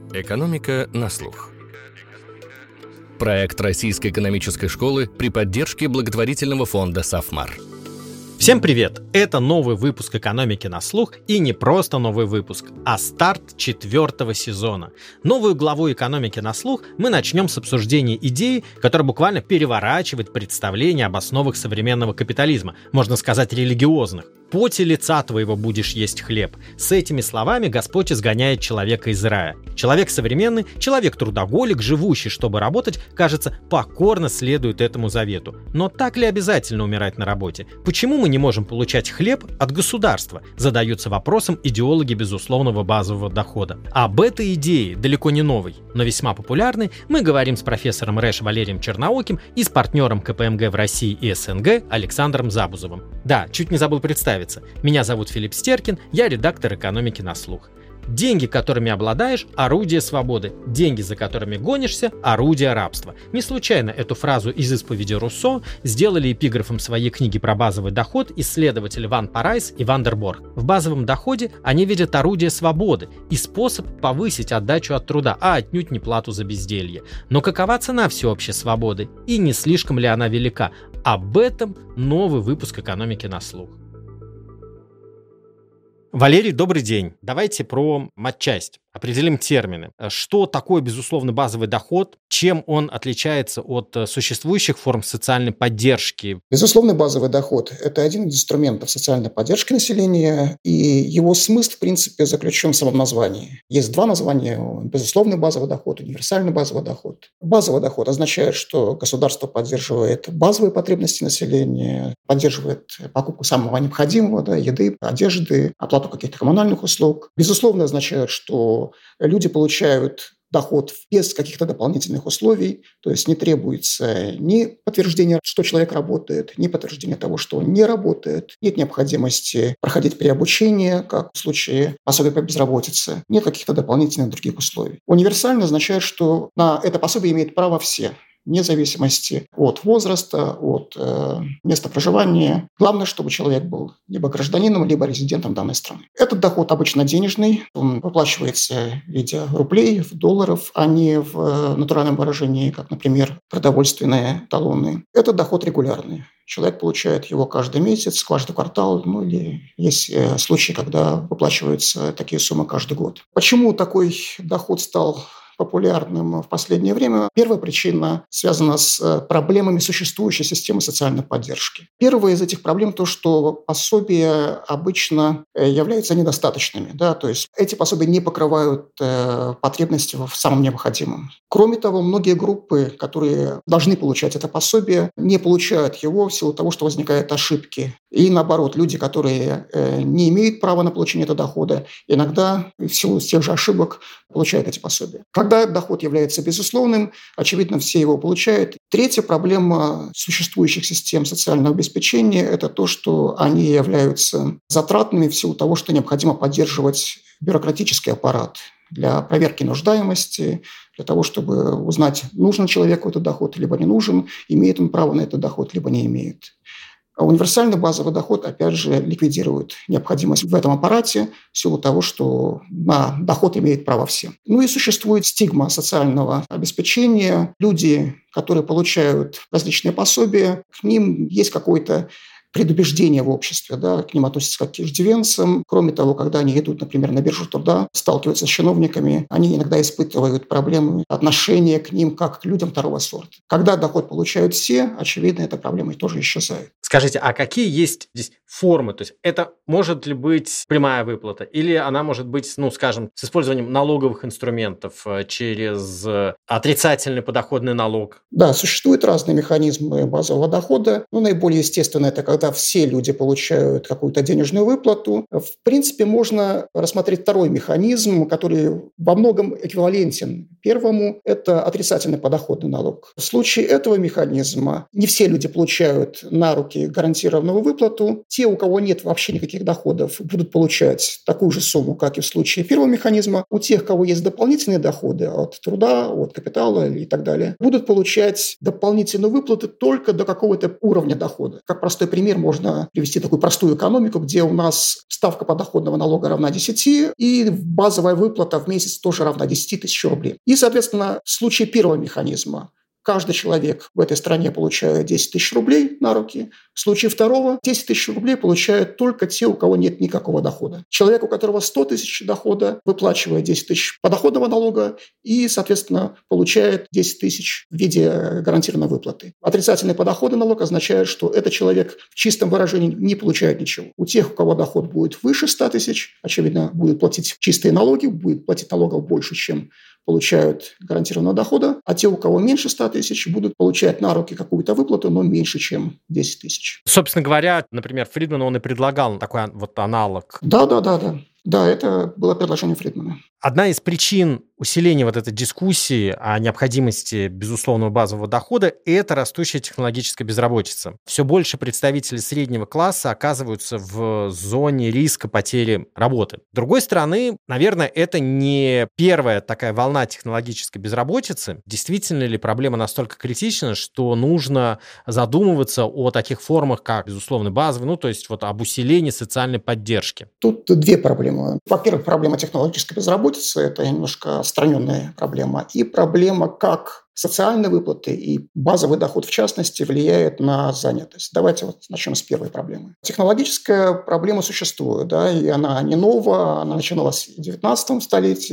Экономика на слух. Проект Российской экономической школы при поддержке благотворительного фонда «Сафмар». Всем привет! Это новый выпуск «Экономики на слух», и не просто новый выпуск, а старт 4-го сезона. Новую главу «Экономики на слух» мы начнем с обсуждения идеи, которая буквально переворачивает представление об основах современного капитализма, можно сказать, религиозных. «В поте лица твоего будешь есть хлеб». С этими словами Господь изгоняет человека из рая. Человек современный, человек-трудоголик, живущий, чтобы работать, кажется, покорно следует этому завету. Но так ли обязательно умирать на работе? Почему мы не можем получать хлеб от государства? Задаются вопросом идеологи безусловного базового дохода. Об этой идее, далеко не новой, но весьма популярной, мы говорим с профессором РЭШ Валерием Чернооким и с партнером КПМГ в России и СНГ Александром Забузовым. Да, чуть не забыл представиться. Меня зовут Филипп Стеркин, я редактор «Экономики на слух». Деньги, которыми обладаешь – орудие свободы. Деньги, за которыми гонишься – орудие рабства. Не случайно эту фразу из исповеди Руссо сделали эпиграфом своей книги про базовый доход исследователи Ван Парайс и Ван дер Борх. В базовом доходе они видят орудие свободы и способ повысить отдачу от труда, а отнюдь не плату за безделье. Но какова цена всеобщей свободы? И не слишком ли она велика? Об этом новый выпуск «Экономики на слух». Валерий, добрый день. Давайте про матчасть. Определим термины. Что такое, безусловно, базовый доход? Чем он отличается от существующих форм социальной поддержки? Безусловно, базовый доход – это один из инструментов социальной поддержки населения, и его смысл, в принципе, заключен в самом названии. Есть два названия – безусловный базовый доход, универсальный базовый доход. Базовый доход означает, что государство поддерживает базовые потребности населения, поддерживает покупку самого необходимого, еды, одежды, оплату каких-то коммунальных услуг. Безусловно, означает, что люди получают доход без каких-то дополнительных условий, то есть не требуется ни подтверждения, что человек работает, ни подтверждения того, что он не работает, нет необходимости проходить переобучение, как в случае пособия по безработице, нет каких-то дополнительных других условий. Универсально означает, что на это пособие имеют право все, вне зависимости от возраста, от места проживания. Главное, чтобы человек был либо гражданином, либо резидентом данной страны. Этот доход обычно денежный, он выплачивается в виде рублей, в долларов, а не в натуральном выражении, как, например, продовольственные талоны. Этот доход регулярный. Человек получает его каждый месяц, каждый квартал, или есть случаи, когда выплачиваются такие суммы каждый год. Почему такой доход стал популярным в последнее время? Первая причина связана с проблемами существующей системы социальной поддержки. Первая из этих проблем то, что пособия обычно являются недостаточными. То есть эти пособия не покрывают потребности в самом необходимом. Кроме того, многие группы, которые должны получать это пособие, не получают его в силу того, что возникают ошибки. И наоборот, люди, которые не имеют права на получение этого дохода, иногда в силу тех же ошибок получают эти пособия. Когда доход является безусловным, очевидно, все его получают. Третья проблема существующих систем социального обеспечения – это то, что они являются затратными в силу того, что необходимо поддерживать бюрократический аппарат для проверки нуждаемости, для того, чтобы узнать, нужен человеку этот доход, либо не нужен, имеет он право на этот доход, либо не имеет. А универсальный базовый доход, опять же, ликвидирует необходимость в этом аппарате в силу того, что на доход имеют право все. И существует стигма социального обеспечения. Люди, которые получают различные пособия, к ним есть какой-то предубеждение в обществе, к ним относятся как к иждивенцам. Кроме того, когда они идут, например, на биржу труда, сталкиваются с чиновниками, они иногда испытывают проблемы отношения к ним как к людям второго сорта. Когда доход получают все, очевидно, эта проблема тоже исчезает. Скажите, а какие есть здесь формы? То есть это может ли быть прямая выплата? Или она может быть, с использованием налоговых инструментов через отрицательный подоходный налог? Да, существуют разные механизмы базового дохода. Наиболее естественно, это когда все люди получают какую-то денежную выплату. В принципе, можно рассмотреть второй механизм, который во многом эквивалентен первому – это отрицательный подоходный налог. В случае этого механизма не все люди получают на руки гарантированную выплату. Те, у кого нет вообще никаких доходов, будут получать такую же сумму, как и в случае первого механизма. У тех, у кого есть дополнительные доходы от труда, от капитала и так далее, будут получать дополнительную выплату только до какого-то уровня дохода. Как простой пример, можно привести такую простую экономику, где у нас ставка подоходного налога равна 10, и базовая выплата в месяц тоже равна 10 тысяч рублей. И, соответственно, в случае первого механизма каждый человек в этой стране получает 10 тысяч рублей на руки. В случае второго 10 тысяч рублей получают только те, у кого нет никакого дохода. Человек, у которого 100 тысяч дохода, выплачивает 10 тысяч подоходного налога и, соответственно, получает 10 тысяч в виде гарантированной выплаты. Отрицательный подоходный налог означает, что этот человек в чистом выражении не получает ничего. У тех, у кого доход будет выше 100 тысяч, очевидно, будет платить чистые налоги, будет платить налогов больше, чем получают гарантированного дохода, а те, у кого меньше 100 тысяч, будут получать на руки какую-то выплату, но меньше, чем 10 тысяч. Собственно говоря, например, Фридман, он и предлагал такой вот аналог. Да. Да, это было предложение Фридмана. Одна из причин усиления вот этой дискуссии о необходимости безусловного базового дохода – это растущая технологическая безработица. Все больше представителей среднего класса оказываются в зоне риска потери работы. С другой стороны, наверное, это не первая такая волна технологической безработицы. Действительно ли проблема настолько критична, что нужно задумываться о таких формах, как безусловный базовый, то есть вот об усилении социальной поддержки? Тут две проблемы. Во-первых, проблема технологической безработицы – это немножко отстраненная проблема. И проблема, как социальные выплаты и базовый доход, в частности, влияет на занятость. Давайте начнем с первой проблемы. Технологическая проблема существует, и она не нова, она начиналась в 19 столетии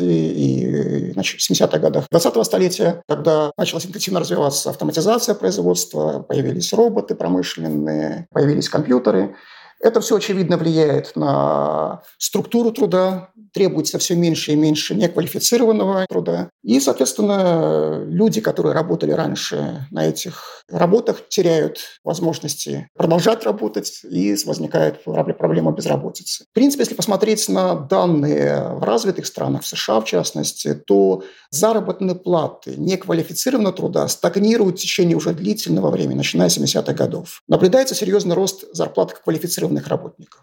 и в 70-х годах 20-го столетия, когда началась интенсивно развиваться автоматизация производства, появились роботы промышленные, появились компьютеры. Это все, очевидно, влияет на структуру труда, требуется все меньше и меньше неквалифицированного труда. И, соответственно, люди, которые работали раньше на этих работах, теряют возможности продолжать работать, и возникает проблема безработицы. В принципе, если посмотреть на данные в развитых странах, в США в частности, то заработные платы неквалифицированного труда стагнируют в течение уже длительного времени, начиная с 70-х годов. Наблюдается серьезный рост зарплат квалифицированных работников.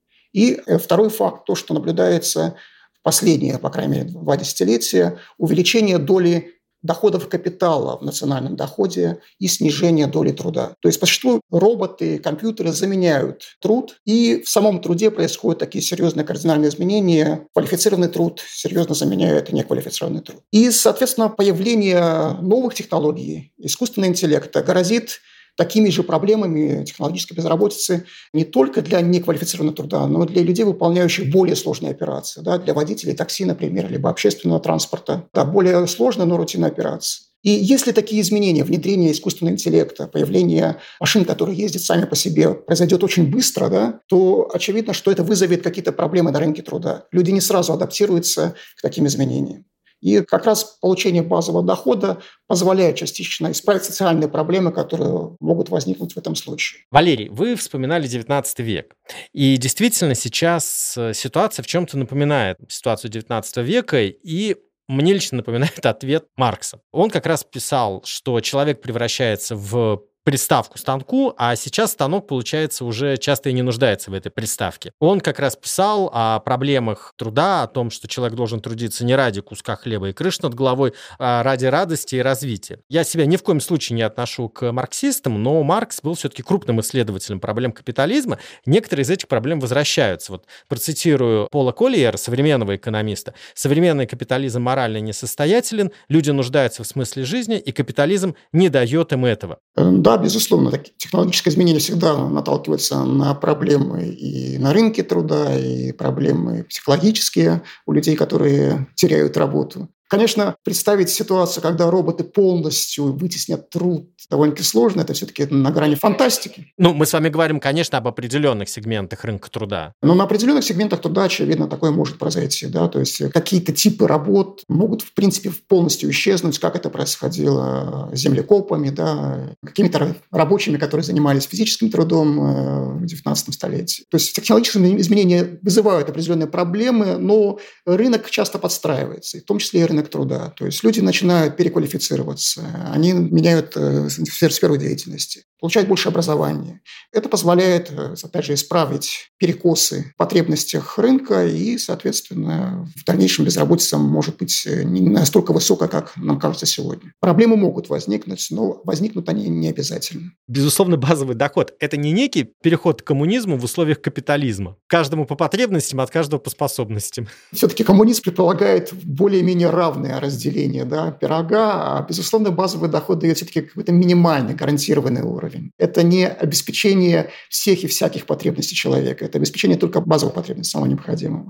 И второй факт, то, что наблюдается в последние, по крайней мере, 2 десятилетия, увеличение доли доходов капитала в национальном доходе и снижение доли труда. То есть, по существу, роботы, компьютеры заменяют труд, и в самом труде происходят такие серьезные кардинальные изменения. Квалифицированный труд серьезно заменяет неквалифицированный труд. И, соответственно, появление новых технологий, искусственного интеллекта грозит такими же проблемами технологической безработицы не только для неквалифицированного труда, но и для людей, выполняющих более сложные операции, для водителей такси, например, либо общественного транспорта. Более сложные, но рутинные операции. И если такие изменения, внедрение искусственного интеллекта, появление машин, которые ездят сами по себе, произойдет очень быстро, то очевидно, что это вызовет какие-то проблемы на рынке труда. Люди не сразу адаптируются к таким изменениям. И как раз получение базового дохода позволяет частично исправить социальные проблемы, которые могут возникнуть в этом случае. Валерий, вы вспоминали 19 век. И действительно сейчас ситуация в чем-то напоминает ситуацию 19 века, и мне лично напоминает ответ Маркса. Он как раз писал, что человек превращается в приставку станку, а сейчас станок, получается, уже часто и не нуждается в этой приставке. Он как раз писал о проблемах труда, о том, что человек должен трудиться не ради куска хлеба и крыши над головой, а ради радости и развития. Я себя ни в коем случае не отношу к марксистам, но Маркс был все-таки крупным исследователем проблем капитализма. Некоторые из этих проблем возвращаются. Процитирую Пола Коллиера, современного экономиста. «Современный капитализм морально несостоятелен, люди нуждаются в смысле жизни, и капитализм не дает им этого». Да, безусловно, технологические изменения всегда наталкиваются на проблемы и на рынке труда, и проблемы психологические у людей, которые теряют работу. Конечно, представить ситуацию, когда роботы полностью вытеснят труд, довольно-таки сложно. Это все-таки на грани фантастики. Мы с вами говорим, конечно, об определенных сегментах рынка труда. Но на определенных сегментах труда, очевидно, такое может произойти. То есть какие-то типы работ могут, в принципе, полностью исчезнуть, как это происходило с землекопами, какими-то рабочими, которые занимались физическим трудом в 19 столетии. То есть технологические изменения вызывают определенные проблемы, но рынок часто подстраивается, в том числе и рынок рынок труда. То есть люди начинают переквалифицироваться, они меняют сферу деятельности, получают больше образования. Это позволяет, опять же, исправить перекосы в потребностях рынка, и, соответственно, в дальнейшем безработица может быть не настолько высокая, как нам кажется сегодня. Проблемы могут возникнуть, но возникнут они не обязательно. Безусловно, базовый доход – это не некий переход к коммунизму в условиях капитализма. Каждому по потребностям, от каждого по способностям. Все-таки коммунизм предполагает более-менее равное разделение пирога, а, безусловно, базовый доход дает все-таки какой-то минимальный, гарантированный уровень. Это не обеспечение всех и всяких потребностей человека, это обеспечение только базовых потребностей, самого необходимого.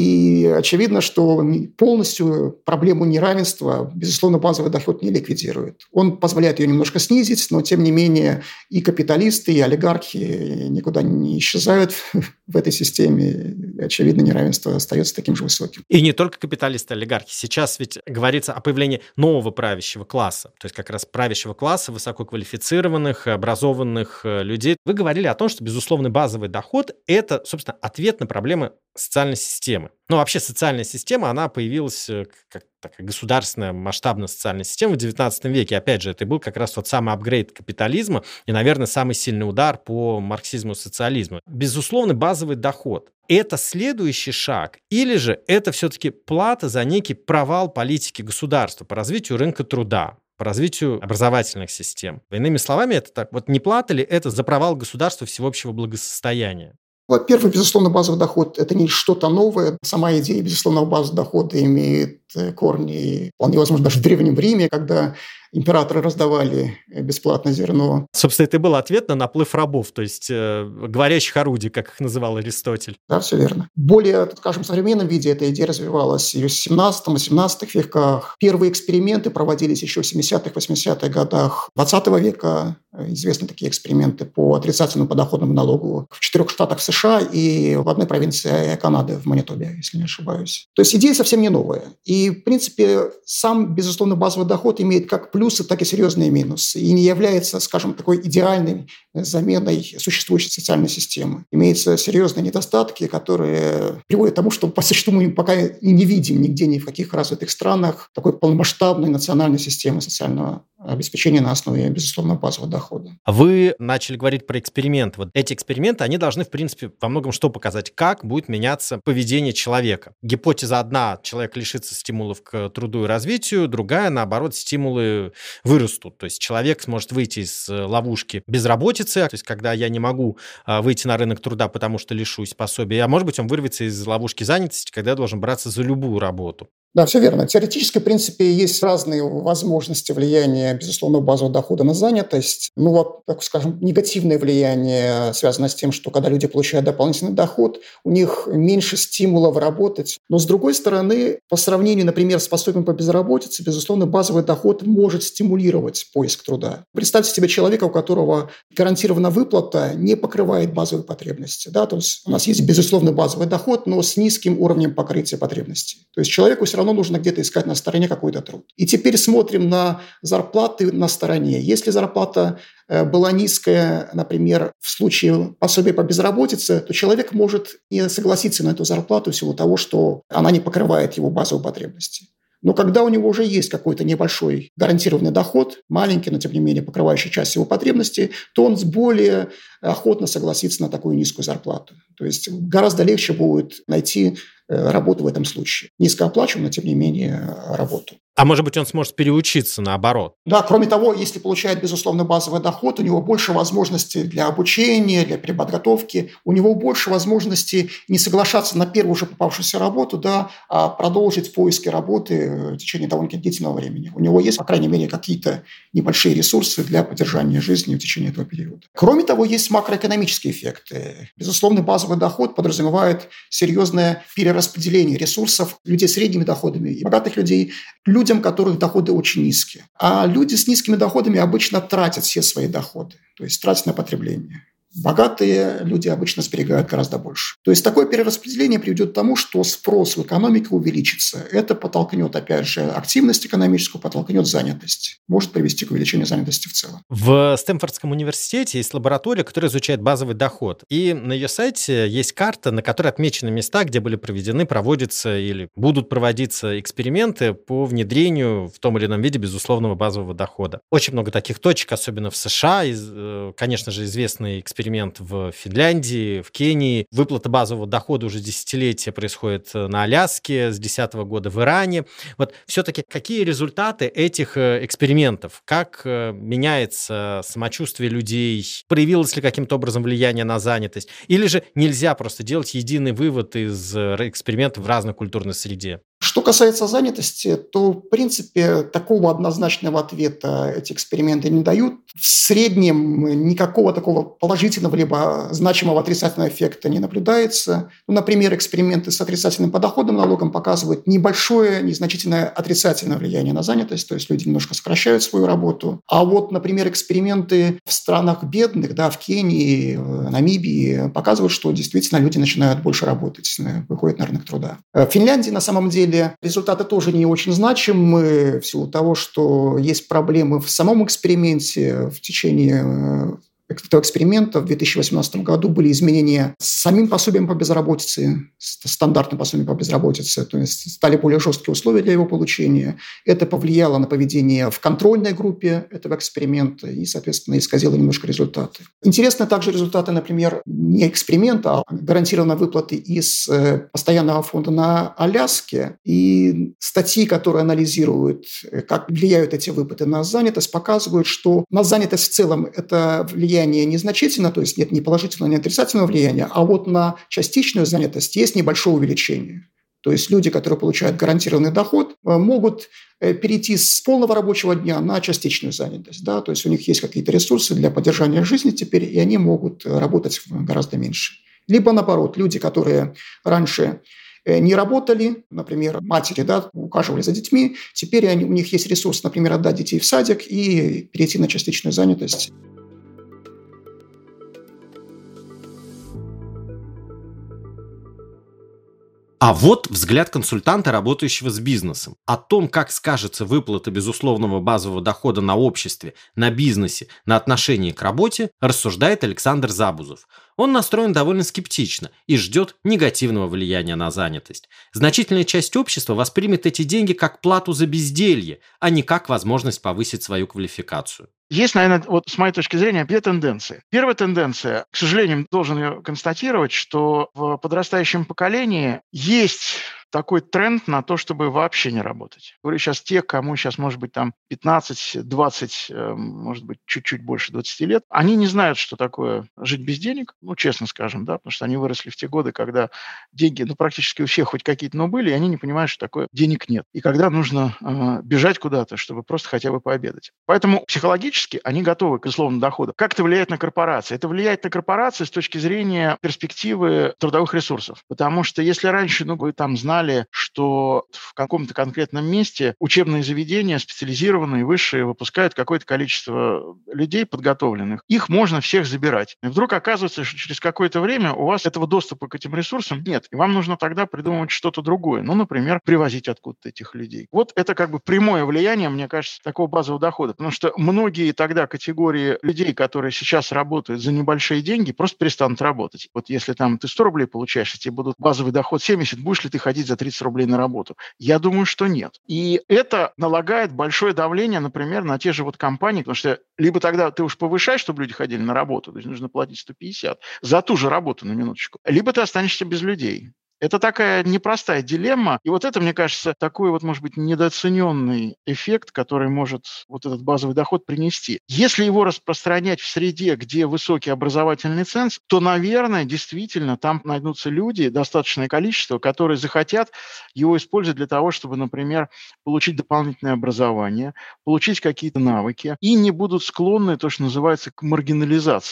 И очевидно, что полностью проблему неравенства, безусловно, базовый доход не ликвидирует. Он позволяет ее немножко снизить, но, тем не менее, и капиталисты, и олигархи никуда не исчезают в этой системе. Очевидно, неравенство остается таким же высоким. И не только капиталисты, олигархи. Сейчас ведь говорится о появлении нового правящего класса, то есть как раз правящего класса высококвалифицированных, образованных людей. Вы говорили о том, что, безусловно, базовый доход – это, собственно, ответ на проблемы социальной системы. Ну, вообще социальная система, она появилась как такая государственная масштабная социальная система в XIX веке. Опять же, это был как раз тот самый апгрейд капитализма и, наверное, самый сильный удар по марксизму и социализму. Безусловно, базовый доход – это следующий шаг, или же это все-таки плата за некий провал политики государства по развитию рынка труда, по развитию образовательных систем. Иными словами, это так, вот не плата ли это за провал государства всеобщего благосостояния? Во-первых, безусловно, базовый доход – это не что-то новое. Сама идея безусловного базового дохода имеет корни, вполне возможно, даже в Древнем Риме, когда императоры раздавали бесплатно зерно. Собственно, это был ответ на наплыв рабов, то есть говорящих орудий, как их называл Аристотель. Да, все верно. Более, скажем, в современном виде эта идея развивалась и в 17 и 17 веках. Первые эксперименты проводились еще в 70-х, 80-х годах 20 века. Известны такие эксперименты по отрицательному подоходному налогу в 4 штатах США и в одной провинции Канады, в Манитобе, если не ошибаюсь. То есть идея совсем не новая. И, в принципе, сам, безусловно, базовый доход имеет как плюсы, так и серьезные минусы. И не является, скажем, такой идеальной заменой существующей социальной системы. Имеются серьезные недостатки, которые приводят к тому, что по существу мы пока и не видим нигде, ни в каких развитых странах такой полномасштабной национальной системы социального обеспечения на основе, безусловно, базового дохода. Вы начали говорить про эксперименты. Вот эти эксперименты, они должны, в принципе, во многом что показать? Как будет меняться поведение человека. Гипотеза одна – человек лишится стимулов к труду и развитию, другая, наоборот, стимулы вырастут. То есть человек сможет выйти из ловушки безработицы, то есть когда я не могу выйти на рынок труда, потому что лишусь пособия, а может быть, он вырвется из ловушки занятости, когда я должен браться за любую работу. Да, все верно. Теоретически, в принципе, есть разные возможности влияния, безусловно, базового дохода на занятость. Ну, вот, так скажем, негативное влияние связано с тем, что когда люди получают дополнительный доход, у них меньше стимулов работать. Но, с другой стороны, по сравнению, например, с пособием по безработице, безусловно, базовый доход может стимулировать поиск труда. Представьте себе человека, у которого гарантированная выплата не покрывает базовые потребности. Да? То есть у нас есть, безусловно, базовый доход, но с низким уровнем покрытия потребностей. То есть человеку все равно нужно где-то искать на стороне какой-то труд. И теперь смотрим на зарплаты на стороне. Если зарплата была низкая, например, в случае пособия по безработице, то человек может не согласиться на эту зарплату в силу того, что она не покрывает его базовые потребности. Но когда у него уже есть какой-то небольшой гарантированный доход, маленький, но тем не менее покрывающий часть его потребностей, то он более охотно согласится на такую низкую зарплату. То есть гораздо легче будет найти работу в этом случае. Низкооплачиваемую, но тем не менее работу. А может быть, он сможет переучиться наоборот? Да, кроме того, если получает, безусловно, базовый доход, у него больше возможностей для обучения, для переподготовки, у него больше возможностей не соглашаться на первую же попавшуюся работу, да, а продолжить поиски работы в течение довольно длительного времени. У него есть, по крайней мере, какие-то небольшие ресурсы для поддержания жизни в течение этого периода. Кроме того, есть макроэкономические эффекты. Безусловно, базовый доход подразумевает серьезное перераспределение ресурсов людей с средними доходами и богатых людей, людям, которых доходы очень низкие. А люди с низкими доходами обычно тратят все свои доходы, то есть тратят на потребление. Богатые люди обычно сберегают гораздо больше. То есть такое перераспределение приведет к тому, что спрос в экономике увеличится. Это подтолкнет, опять же, активность экономическую, подтолкнет занятость. Может привести к увеличению занятости в целом. В Стэнфордском университете есть лаборатория, которая изучает базовый доход. И на ее сайте есть карта, на которой отмечены места, где были проводятся или будут проводиться эксперименты по внедрению в том или ином виде безусловного базового дохода. Очень много таких точек, особенно в США. Конечно же, известный эксперимент в Финляндии, в Кении. Выплата базового дохода уже десятилетия происходит на Аляске, с 2010 года в Иране. Вот все-таки какие результаты этих экспериментов? Как меняется самочувствие людей? Проявилось ли каким-то образом влияние на занятость? Или же нельзя просто делать единый вывод из экспериментов в разной культурной среде? Что касается занятости, то, в принципе, такого однозначного ответа эти эксперименты не дают. В среднем никакого такого положительного либо значимого отрицательного эффекта не наблюдается. Например, эксперименты с отрицательным подоходным налогом показывают небольшое, незначительное отрицательное влияние на занятость, то есть люди немножко сокращают свою работу. А вот, например, эксперименты в странах бедных, в Кении, Намибии, показывают, что действительно люди начинают больше работать, выходят на рынок труда. В Финляндии, на самом деле, результаты тоже не очень значимы в силу того, что есть проблемы в самом эксперименте. В течение этого эксперимента в 2018 году были изменения с самим пособием по безработице, стандартным пособием по безработице, то есть стали более жесткие условия для его получения. Это повлияло на поведение в контрольной группе этого эксперимента и, соответственно, исказило немножко результаты. Интересны также результаты, например, не эксперимента, а гарантированной выплаты из постоянного фонда на Аляске. И статьи, которые анализируют, как влияют эти выплаты на занятость, показывают, что на занятость в целом это влияние незначительно, то есть нет ни положительного, ни отрицательного влияния, а вот на частичную занятость есть небольшое увеличение. То есть люди, которые получают гарантированный доход, могут перейти с полного рабочего дня на частичную занятость. То есть у них есть какие-то ресурсы для поддержания жизни теперь, и они могут работать гораздо меньше. Либо наоборот, люди, которые раньше не работали, например, матери, ухаживали за детьми, теперь у них есть ресурс, например, отдать детей в садик и перейти на частичную занятость. А вот взгляд консультанта, работающего с бизнесом. О том, как скажется выплата безусловного базового дохода на обществе, на бизнесе, на отношении к работе, рассуждает Александр Забузов. Он настроен довольно скептично и ждет негативного влияния на занятость. Значительная часть общества воспримет эти деньги как плату за безделье, а не как возможность повысить свою квалификацию. Есть, наверное, с моей точки зрения, две тенденции. Первая тенденция, к сожалению, должен ее констатировать, что в подрастающем поколении есть такой тренд на то, чтобы вообще не работать. Говорю сейчас тех, кому сейчас может быть 15, 20, может быть чуть-чуть больше 20 лет, они не знают, что такое жить без денег, честно скажем, потому что они выросли в те годы, когда деньги, практически у всех хоть какие-то, но были, и они не понимают, что такое денег нет. И когда нужно бежать куда-то, чтобы просто хотя бы пообедать. Поэтому психологически они готовы к условному доходу. Как это влияет на корпорации? Это влияет на корпорации с точки зрения перспективы трудовых ресурсов. Потому что если раньше, вы знали, что в каком-то конкретном месте учебные заведения, специализированные, высшие, выпускают какое-то количество людей подготовленных. Их можно всех забирать. И вдруг оказывается, что через какое-то время у вас этого доступа к этим ресурсам нет. И вам нужно тогда придумывать что-то другое. Например, привозить откуда-то этих людей. Вот это прямое влияние, мне кажется, такого базового дохода. Потому что многие тогда категории людей, которые сейчас работают за небольшие деньги, просто перестанут работать. Вот если ты 100 рублей получаешь, а тебе будут базовый доход 70, будешь ли ты ходить за 30 рублей на работу? Я думаю, что нет. И это налагает большое давление, например, на те же компании, потому что либо тогда ты уж повышаешь, чтобы люди ходили на работу, то есть нужно платить 150 за ту же работу, на минуточку, либо ты останешься без людей. Это такая непростая дилемма. И это, мне кажется, такой может быть, недооцененный эффект, который может этот базовый доход принести. Если его распространять в среде, где высокий образовательный ценз, то, наверное, действительно там найдутся люди, достаточное количество, которые захотят его использовать для того, чтобы, например, получить дополнительное образование, получить какие-то навыки и не будут склонны, то, что называется, к маргинализации.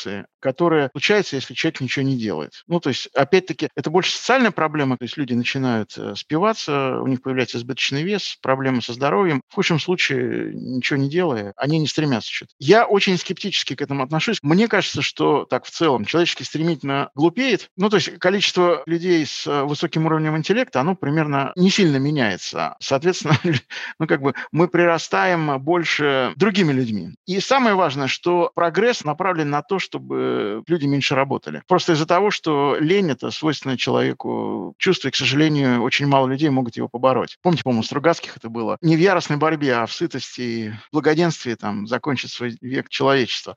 которая случается, если человек ничего не делает. То есть, опять-таки, это больше социальная проблема, то есть люди начинают спиваться, у них появляется избыточный вес, проблемы со здоровьем. В худшем случае, ничего не делая, они не стремятся что-то. Я очень скептически к этому отношусь. Мне кажется, что так в целом человеческий стремительно глупеет. То есть количество людей с высоким уровнем интеллекта, оно примерно не сильно меняется. Соответственно, мы прирастаем больше другими людьми. И самое важное, что прогресс направлен на то, чтобы люди меньше работали. Просто из-за того, что лень – это свойственное человеку чувство, и, к сожалению, очень мало людей могут его побороть. Помните, по-моему, у Стругацких это было? Не в яростной борьбе, а в сытости и благоденствии закончит свой век человечества.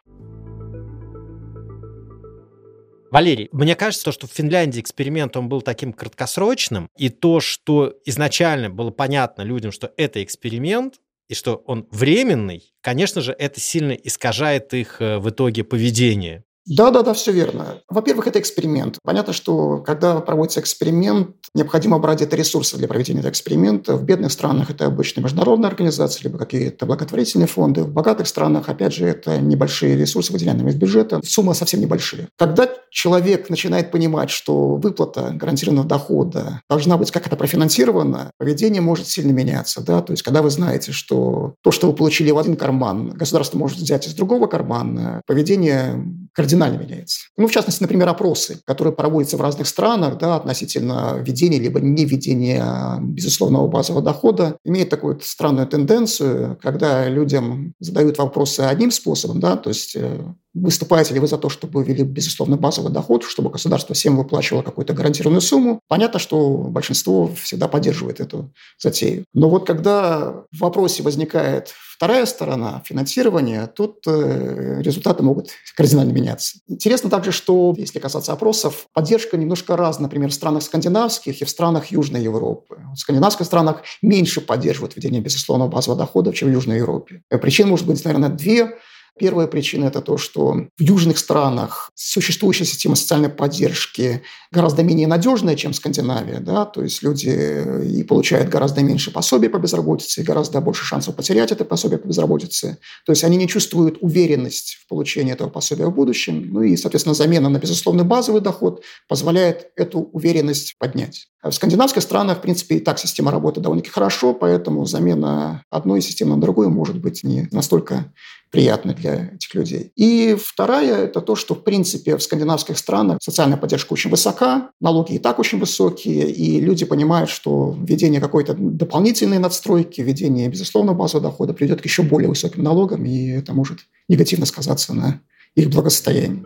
Валерий, мне кажется, что в Финляндии эксперимент он был таким краткосрочным, и то, что изначально было понятно людям, что это эксперимент, и что он временный, конечно же, это сильно искажает их в итоге поведение. Да, все верно. Во-первых, это эксперимент. Понятно, что когда проводится эксперимент, необходимо брать где-то ресурсы для проведения этого эксперимента. В бедных странах это обычно международные организации, либо какие-то благотворительные фонды. В богатых странах, опять же, это небольшие ресурсы, выделяемые из бюджета. Суммы совсем небольшие. Когда человек начинает понимать, что выплата гарантированного дохода должна быть как-то профинансирована, поведение может сильно меняться. Да? То есть, когда вы знаете, что то, что вы получили в один карман, государство может взять из другого кармана, поведение кардинально меняется. В частности, например, опросы, которые проводятся в разных странах относительно введения либо не введения безусловного базового дохода, имеют такую странную тенденцию, когда людям задают вопросы одним способом, то есть выступаете ли вы за то, чтобы ввели безусловный базовый доход, чтобы государство всем выплачивало какую-то гарантированную сумму? Понятно, что большинство всегда поддерживает эту затею. Но когда в вопросе возникает вторая сторона финансирования, тут результаты могут кардинально меняться. Интересно также, что, если касаться опросов, поддержка немножко разная, например, в странах скандинавских и в странах Южной Европы. В скандинавских странах меньше поддерживают введение безусловного базового дохода, чем в Южной Европе. Причин может быть, наверное, две. Первая причина – это то, что в южных странах существующая система социальной поддержки гораздо менее надежная, чем Скандинавия. То есть люди и получают гораздо меньше пособий по безработице, и гораздо больше шансов потерять это пособие по безработице. То есть они не чувствуют уверенность в получении этого пособия в будущем. И, соответственно, замена на безусловный базовый доход позволяет эту уверенность поднять. В скандинавских странах, в принципе, и так система работает довольно-таки хорошо, поэтому замена одной системы на другую может быть не настолько приятной для этих людей. И вторая – это то, что, в принципе, в скандинавских странах социальная поддержка очень высока, налоги и так очень высокие, и люди понимают, что введение какой-то дополнительной надстройки, введение безусловного базового дохода приведет к еще более высоким налогам, и это может негативно сказаться на их благосостоянии.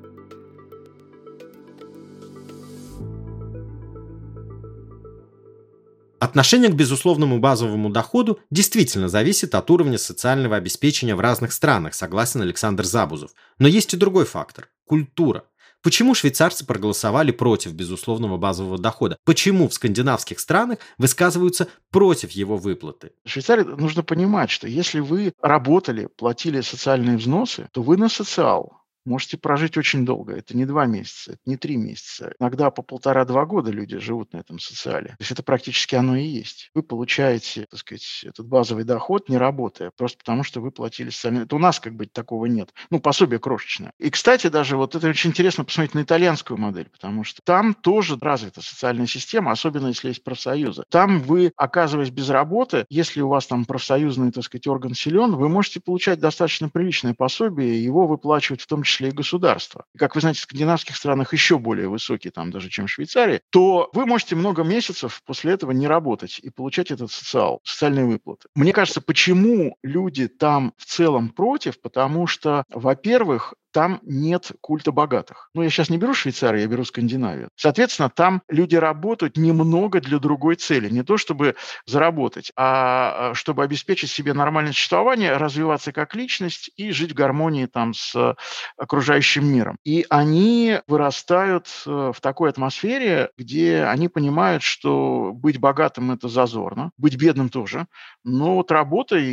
Отношение к безусловному базовому доходу действительно зависит от уровня социального обеспечения в разных странах, согласен Александр Забузов. Но есть и другой фактор – культура. Почему швейцарцы проголосовали против безусловного базового дохода? Почему в скандинавских странах высказываются против его выплаты? В Швейцарии нужно понимать, что если вы работали, платили социальные взносы, то вы на социал можете прожить очень долго. Это не 2 месяца, это не 3 месяца. Иногда по 1,5-2 года люди живут на этом социале. То есть это практически оно и есть. Вы получаете, этот базовый доход, не работая, просто потому что вы платили социальные. Это у нас такого нет. Пособие крошечное. И, кстати, даже это очень интересно посмотреть на итальянскую модель, потому что там тоже развита социальная система, особенно если есть профсоюзы. Там вы, оказываясь без работы, если у вас там профсоюзный, орган силен, вы можете получать достаточно приличное пособие, его выплачивать в том числе и государство. И, как вы знаете, в скандинавских странах еще более высокие, даже чем в Швейцарии, то вы можете много месяцев после этого не работать и получать этот социальные выплаты. Мне кажется, почему люди там в целом против, потому что, во-первых, там нет культа богатых. Я сейчас не беру Швейцарию, я беру Скандинавию. Соответственно, там люди работают немного для другой цели. Не то, чтобы заработать, а чтобы обеспечить себе нормальное существование, развиваться как личность и жить в гармонии с окружающим миром. И они вырастают в такой атмосфере, где они понимают, что быть богатым – это зазорно, быть бедным тоже. Но работа и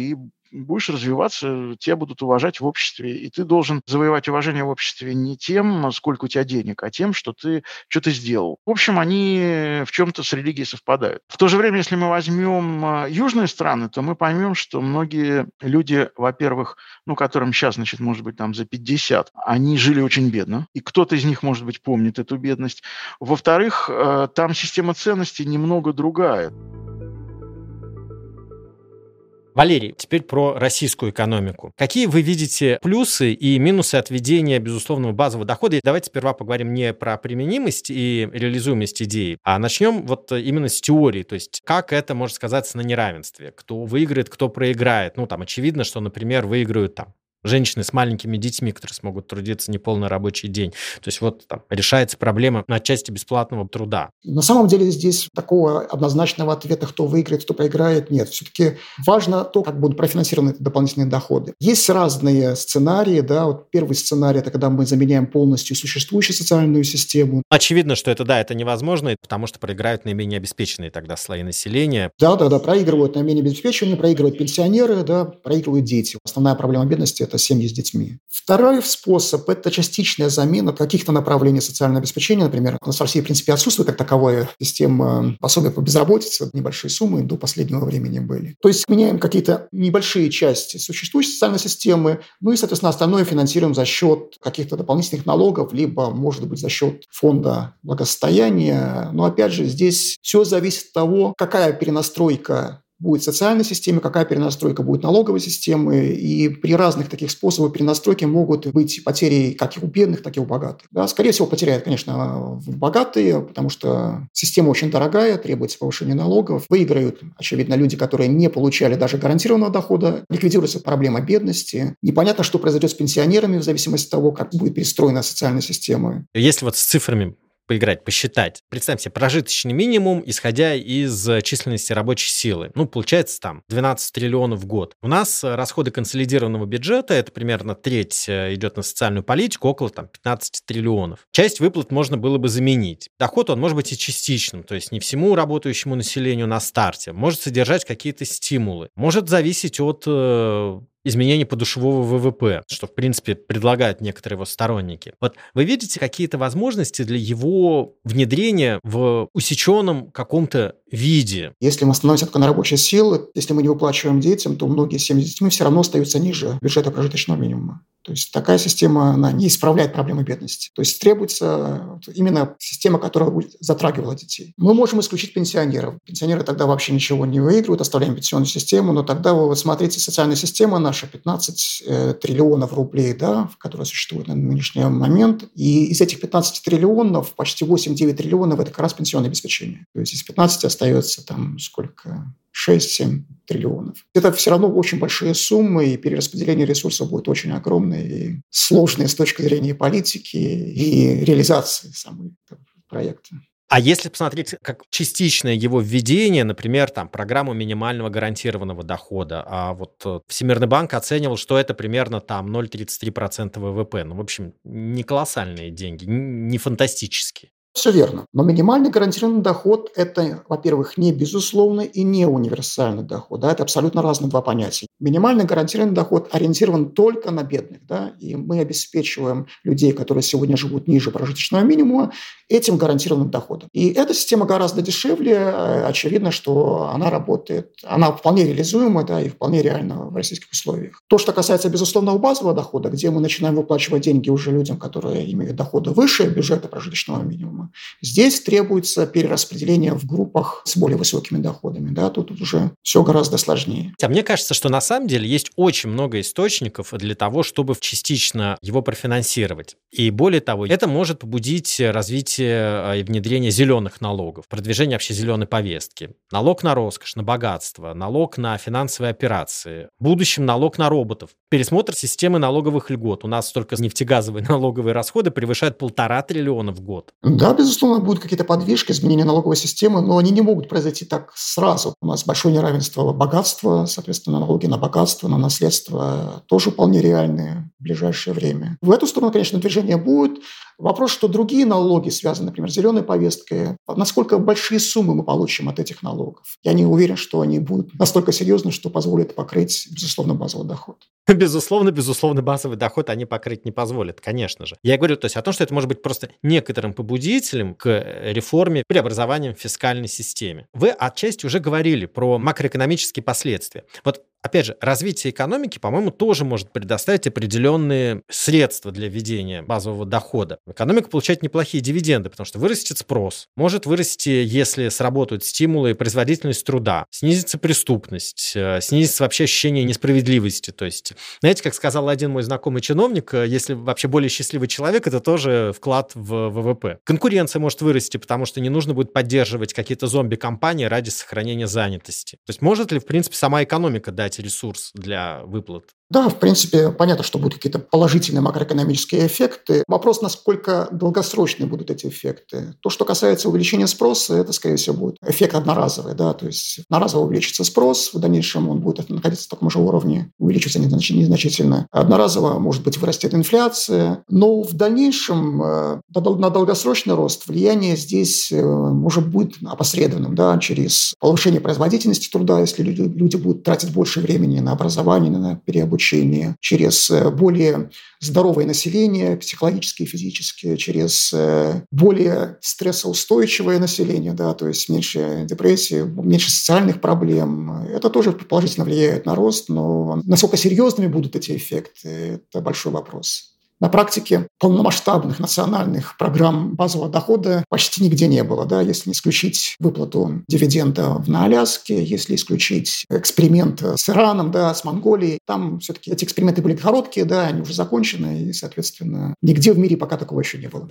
будешь развиваться, тебя будут уважать в обществе. И ты должен завоевать уважение в обществе не тем, сколько у тебя денег, а тем, что ты что-то сделал. В общем, они в чем-то с религией совпадают. В то же время, если мы возьмем южные страны, то мы поймем, что многие люди, во-первых, которым сейчас, может быть, там за 50, они жили очень бедно, и кто-то из них, может быть, помнит эту бедность. Во-вторых, там система ценностей немного другая. Валерий, теперь про российскую экономику. Какие вы видите плюсы и минусы от введения безусловного базового дохода? И давайте сперва поговорим не про применимость и реализуемость идеи, а начнем вот именно с теории. То есть как это может сказаться на неравенстве? Кто выиграет, кто проиграет? Очевидно, что, например, выиграют женщины с маленькими детьми, которые смогут трудиться неполный рабочий день. То есть решается проблема отчасти бесплатного труда. На самом деле здесь такого однозначного ответа, кто выиграет, кто проиграет, нет. Все-таки важно то, как будут профинансированы эти дополнительные доходы. Есть разные сценарии. Первый сценарий – это когда мы заменяем полностью существующую социальную систему. Очевидно, что это невозможно, потому что проиграют наименее обеспеченные тогда слои населения. Да, проигрывают наименее обеспеченные, проигрывают пенсионеры, проигрывают дети. Основная проблема бедности – это семьи с детьми. Второй способ – это частичная замена каких-то направлений социального обеспечения. Например, у нас в России, в принципе, отсутствует как таковая система пособия по безработице. Небольшие суммы до последнего времени были. То есть меняем какие-то небольшие части существующей социальной системы, и, соответственно, остальное финансируем за счет каких-то дополнительных налогов, либо, может быть, за счет фонда благосостояния. Но, опять же, здесь все зависит от того, какая перенастройка будет в социальной системе, какая перенастройка будет налоговой системы, и при разных таких способах перенастройки могут быть потери как и у бедных, так и у богатых. Скорее всего, потеряют, конечно, богатые, потому что система очень дорогая, требуется повышение налогов. Выиграют, очевидно, люди, которые не получали даже гарантированного дохода. Ликвидируется проблема бедности. Непонятно, что произойдет с пенсионерами в зависимости от того, как будет перестроена социальная система. Если с цифрами поиграть, посчитать. Представьте себе прожиточный минимум, исходя из численности рабочей силы. Получается 12 триллионов в год. У нас расходы консолидированного бюджета, это примерно треть идет на социальную политику, около 15 триллионов. Часть выплат можно было бы заменить. Доход, он может быть и частичным, то есть не всему работающему населению на старте. Может содержать какие-то стимулы. Может зависеть от изменение подушевого ВВП, что, в принципе, предлагают некоторые его сторонники. Вы видите какие-то возможности для его внедрения в усеченном каком-то виде? Если мы остановимся только на рабочей силе, если мы не выплачиваем детям, то многие семьи с детьми все равно остаются ниже бюджета прожиточного минимума. То есть такая система, она не исправляет проблемы бедности. То есть требуется именно система, которая будет затрагивала детей. Мы можем исключить пенсионеров. Пенсионеры тогда вообще ничего не выигрывают, оставляем пенсионную систему, но тогда вы смотрите, социальная система наша 15 триллионов рублей, которая существует на нынешний момент. И из этих 15 триллионов почти 8-9 триллионов – это как раз пенсионное обеспечение. То есть из 15 остается 6-7 триллионов. Это все равно очень большие суммы, и перераспределение ресурсов будет очень огромное и сложное с точки зрения политики и реализации самого проекта. А если посмотреть как частичное его введение, например, программу минимального гарантированного дохода, а Всемирный банк оценивал, что это примерно 0,33% ВВП. В общем, не колоссальные деньги, не фантастические. Все верно. Но минимальный гарантированный доход – это, во-первых, не безусловный и не универсальный доход. Это абсолютно разные два понятия. Минимальный гарантированный доход ориентирован только на бедных. И мы обеспечиваем людей, которые сегодня живут ниже прожиточного минимума, этим гарантированным доходом. И эта система гораздо дешевле. Очевидно, что она работает, она вполне реализуема, и вполне реальна в российских условиях. То, что касается безусловного базового дохода, где мы начинаем выплачивать деньги уже людям, которые имеют доходы выше бюджета прожиточного минимума, здесь требуется перераспределение в группах с более высокими доходами. Тут уже все гораздо сложнее. Мне кажется, что на самом деле есть очень много источников для того, чтобы частично его профинансировать. И более того, это может побудить развитие и внедрение зеленых налогов, продвижение вообще зеленой повестки. Налог на роскошь, на богатство, налог на финансовые операции, в будущем налог на роботов, пересмотр системы налоговых льгот. У нас только нефтегазовые налоговые расходы превышают 1,5 триллиона в год. Да, безусловно, будут какие-то подвижки, изменения налоговой системы, но они не могут произойти так сразу. У нас большое неравенство богатства, соответственно, налоги на богатство, на наследство тоже вполне реальные в ближайшее время. В эту сторону, конечно, движение будет. Вопрос, что другие налоги связаны, например, с зеленой повесткой, насколько большие суммы мы получим от этих налогов. Я не уверен, что они будут настолько серьезны, что позволят покрыть, безусловно, базовый доход. Безусловно, базовый доход они покрыть не позволят, конечно же. Я говорю, то есть о том, что это может быть просто некоторым побудителем к реформе, преобразованиям в фискальной системе. Вы отчасти уже говорили про макроэкономические последствия. Вот опять же, развитие экономики, по-моему, тоже может предоставить определенные средства для ведения базового дохода. Экономика получает неплохие дивиденды, потому что вырастет спрос. Может вырасти, если сработают стимулы и производительность труда. Снизится преступность, снизится вообще ощущение несправедливости. То есть, знаете, как сказал один мой знакомый чиновник, если вообще более счастливый человек, это тоже вклад в ВВП. Конкуренция может вырасти, потому что не нужно будет поддерживать какие-то зомби-компании ради сохранения занятости. То есть может ли, в принципе, сама экономика дать ресурс для выплат? Да, в принципе, понятно, что будут какие-то положительные макроэкономические эффекты. Вопрос, насколько долгосрочные будут эти эффекты. То, что касается увеличения спроса, это, скорее всего, будет эффект одноразовый. Да? То есть одноразово увеличится спрос, в дальнейшем он будет находиться на таком же уровне, увеличиваться незначительно. Одноразово, может быть, вырастет инфляция. Но в дальнейшем на долгосрочный рост влияние здесь может быть опосредованным, да? Через повышение производительности труда, если люди будут тратить больше времени на образование, на переобучение, через более здоровое население, психологически и физически, через более стрессоустойчивое население, да, то есть меньше депрессии, меньше социальных проблем. Это тоже положительно влияет на рост, но насколько серьезными будут эти эффекты, это большой вопрос. На практике полномасштабных национальных программ базового дохода почти нигде не было. Да? Если исключить выплату дивидендов на Аляске, если исключить эксперимент с Ираном, да, с Монголией, там все-таки эти эксперименты были короткие, да, они уже закончены, и, соответственно, нигде в мире пока такого еще не было.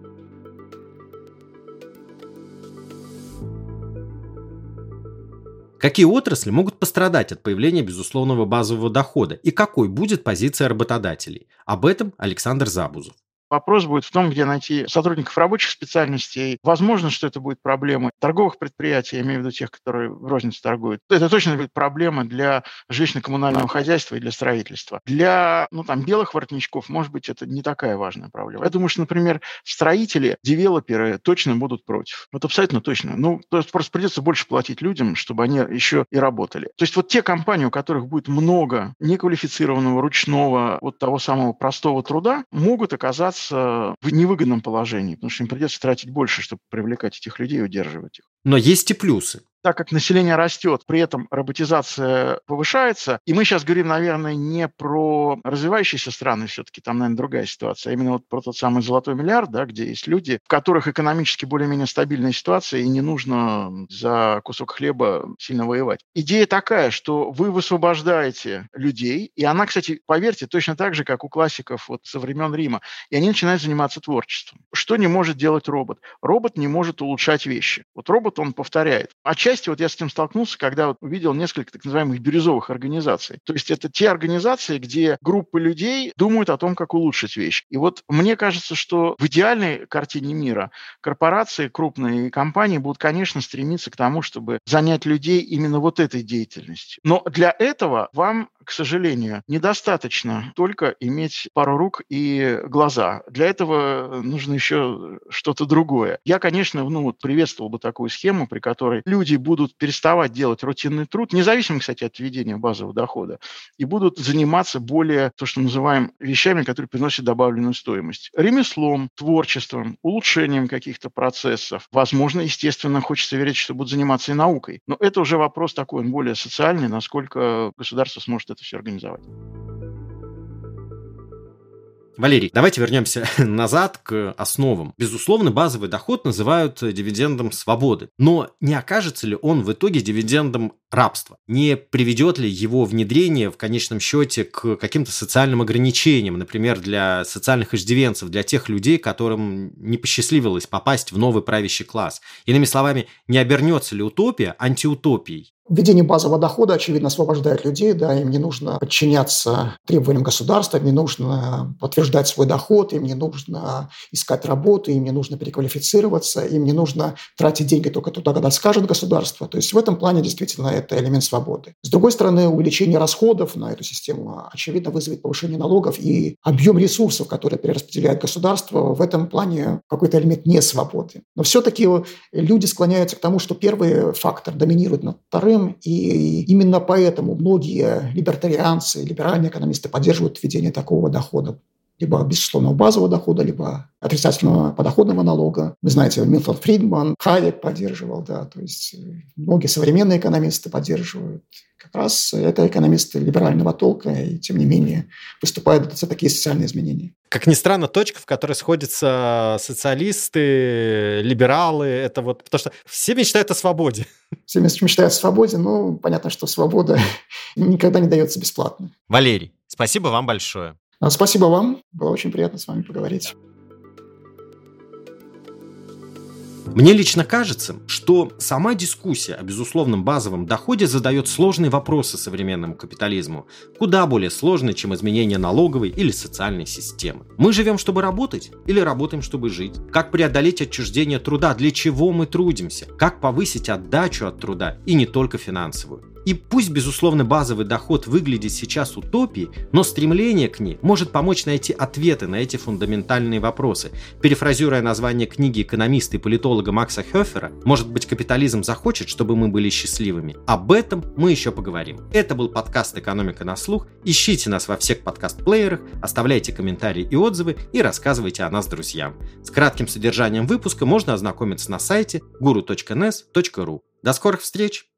Какие отрасли могут пострадать от появления безусловного базового дохода и какой будет позиция работодателей? Об этом Александр Забузов. Вопрос будет в том, где найти сотрудников рабочих специальностей. Возможно, что это будет проблема торговых предприятий, я имею в виду тех, которые в рознице торгуют. Это точно будет проблема для жилищно-коммунального хозяйства и для строительства. Для белых воротничков, может быть, это не такая важная проблема. Я думаю, что, например, строители, девелоперы точно будут против. Вот абсолютно точно. То есть просто придется больше платить людям, чтобы они еще и работали. То есть вот те компании, у которых будет много неквалифицированного, ручного, вот того самого простого труда, могут оказаться в невыгодном положении, потому что им придется тратить больше, чтобы привлекать этих людей и удерживать их. Но есть и плюсы. Так как население растет, при этом роботизация повышается, и мы сейчас говорим, наверное, не про развивающиеся страны все-таки, там, наверное, другая ситуация, а именно вот про тот самый золотой миллиард, да, где есть люди, в которых экономически более-менее стабильная ситуация, и не нужно за кусок хлеба сильно воевать. Идея такая, что вы высвобождаете людей, и она, кстати, поверьте, точно так же, как у классиков вот со времен Рима, и они начинают заниматься творчеством. Что не может делать робот? Робот не может улучшать вещи. Вот робот, он повторяет. Отчасти вот я с этим столкнулся, когда вот увидел несколько так называемых бирюзовых организаций. То есть это те организации, где группы людей думают о том, как улучшить вещь. И вот мне кажется, что в идеальной картине мира корпорации, крупные компании будут, конечно, стремиться к тому, чтобы занять людей именно вот этой деятельностью. Но для этого вам, к сожалению, недостаточно только иметь пару рук и глаза. Для этого нужно еще что-то другое. Я, конечно, приветствовал бы такую схему, при которой люди будут переставать делать рутинный труд, независимо, кстати, от введения базового дохода, и будут заниматься более, то, что называем, вещами, которые приносят добавленную стоимость. Ремеслом, творчеством, улучшением каких-то процессов. Возможно, естественно, хочется верить, что будут заниматься и наукой. Но это уже вопрос такой, он более социальный, насколько государство сможет это все организовать. Валерий, давайте вернемся назад к основам. Безусловно, базовый доход называют дивидендом свободы. Но не окажется ли он в итоге дивидендом рабства? Не приведет ли его внедрение в конечном счете к каким-то социальным ограничениям, например, для социальных иждивенцев, для тех людей, которым не посчастливилось попасть в новый правящий класс? Иными словами, не обернется ли утопия антиутопией? Введение базового дохода, очевидно, освобождает людей, да, им не нужно подчиняться требованиям государства, им не нужно подтверждать свой доход, им не нужно искать работу, им не нужно переквалифицироваться, им не нужно тратить деньги только туда, когда скажет государство. То есть в этом плане действительно это элемент свободы. С другой стороны, увеличение расходов на эту систему, очевидно, вызовет повышение налогов, и объем ресурсов, которые перераспределяет государство, в этом плане какой-то элемент несвободы. Но все-таки люди склоняются к тому, что первый фактор доминирует над вторым, и именно поэтому многие либертарианцы, либеральные экономисты поддерживают введение такого дохода, либо безусловного базового дохода, либо отрицательного подоходного налога. Вы знаете, Милтон Фридман, Хайек поддерживал, да, то есть многие современные экономисты поддерживают. Как раз это экономисты либерального толка, и тем не менее выступают за такие социальные изменения. Как ни странно, точка, в которой сходятся социалисты, либералы, это вот, потому что все мечтают о свободе. Все мечтают о свободе, но понятно, что свобода никогда не дается бесплатно. Валерий, спасибо вам большое. Спасибо вам, было очень приятно с вами поговорить. Мне лично кажется, что сама дискуссия о безусловном базовом доходе задает сложные вопросы современному капитализму, куда более сложные, чем изменение налоговой или социальной системы. Мы живем, чтобы работать, или работаем, чтобы жить? Как преодолеть отчуждение труда? Для чего мы трудимся? Как повысить отдачу от труда, и не только финансовую? И пусть, безусловно, базовый доход выглядит сейчас утопией, но стремление к ней может помочь найти ответы на эти фундаментальные вопросы. Перефразируя название книги экономиста и политолога Макса Хёфера, может быть, капитализм захочет, чтобы мы были счастливыми. Об этом мы еще поговорим. Это был подкаст «Экономика на слух». Ищите нас во всех подкаст-плеерах, оставляйте комментарии и отзывы и рассказывайте о нас друзьям. С кратким содержанием выпуска можно ознакомиться на сайте guru.nes.ru. До скорых встреч!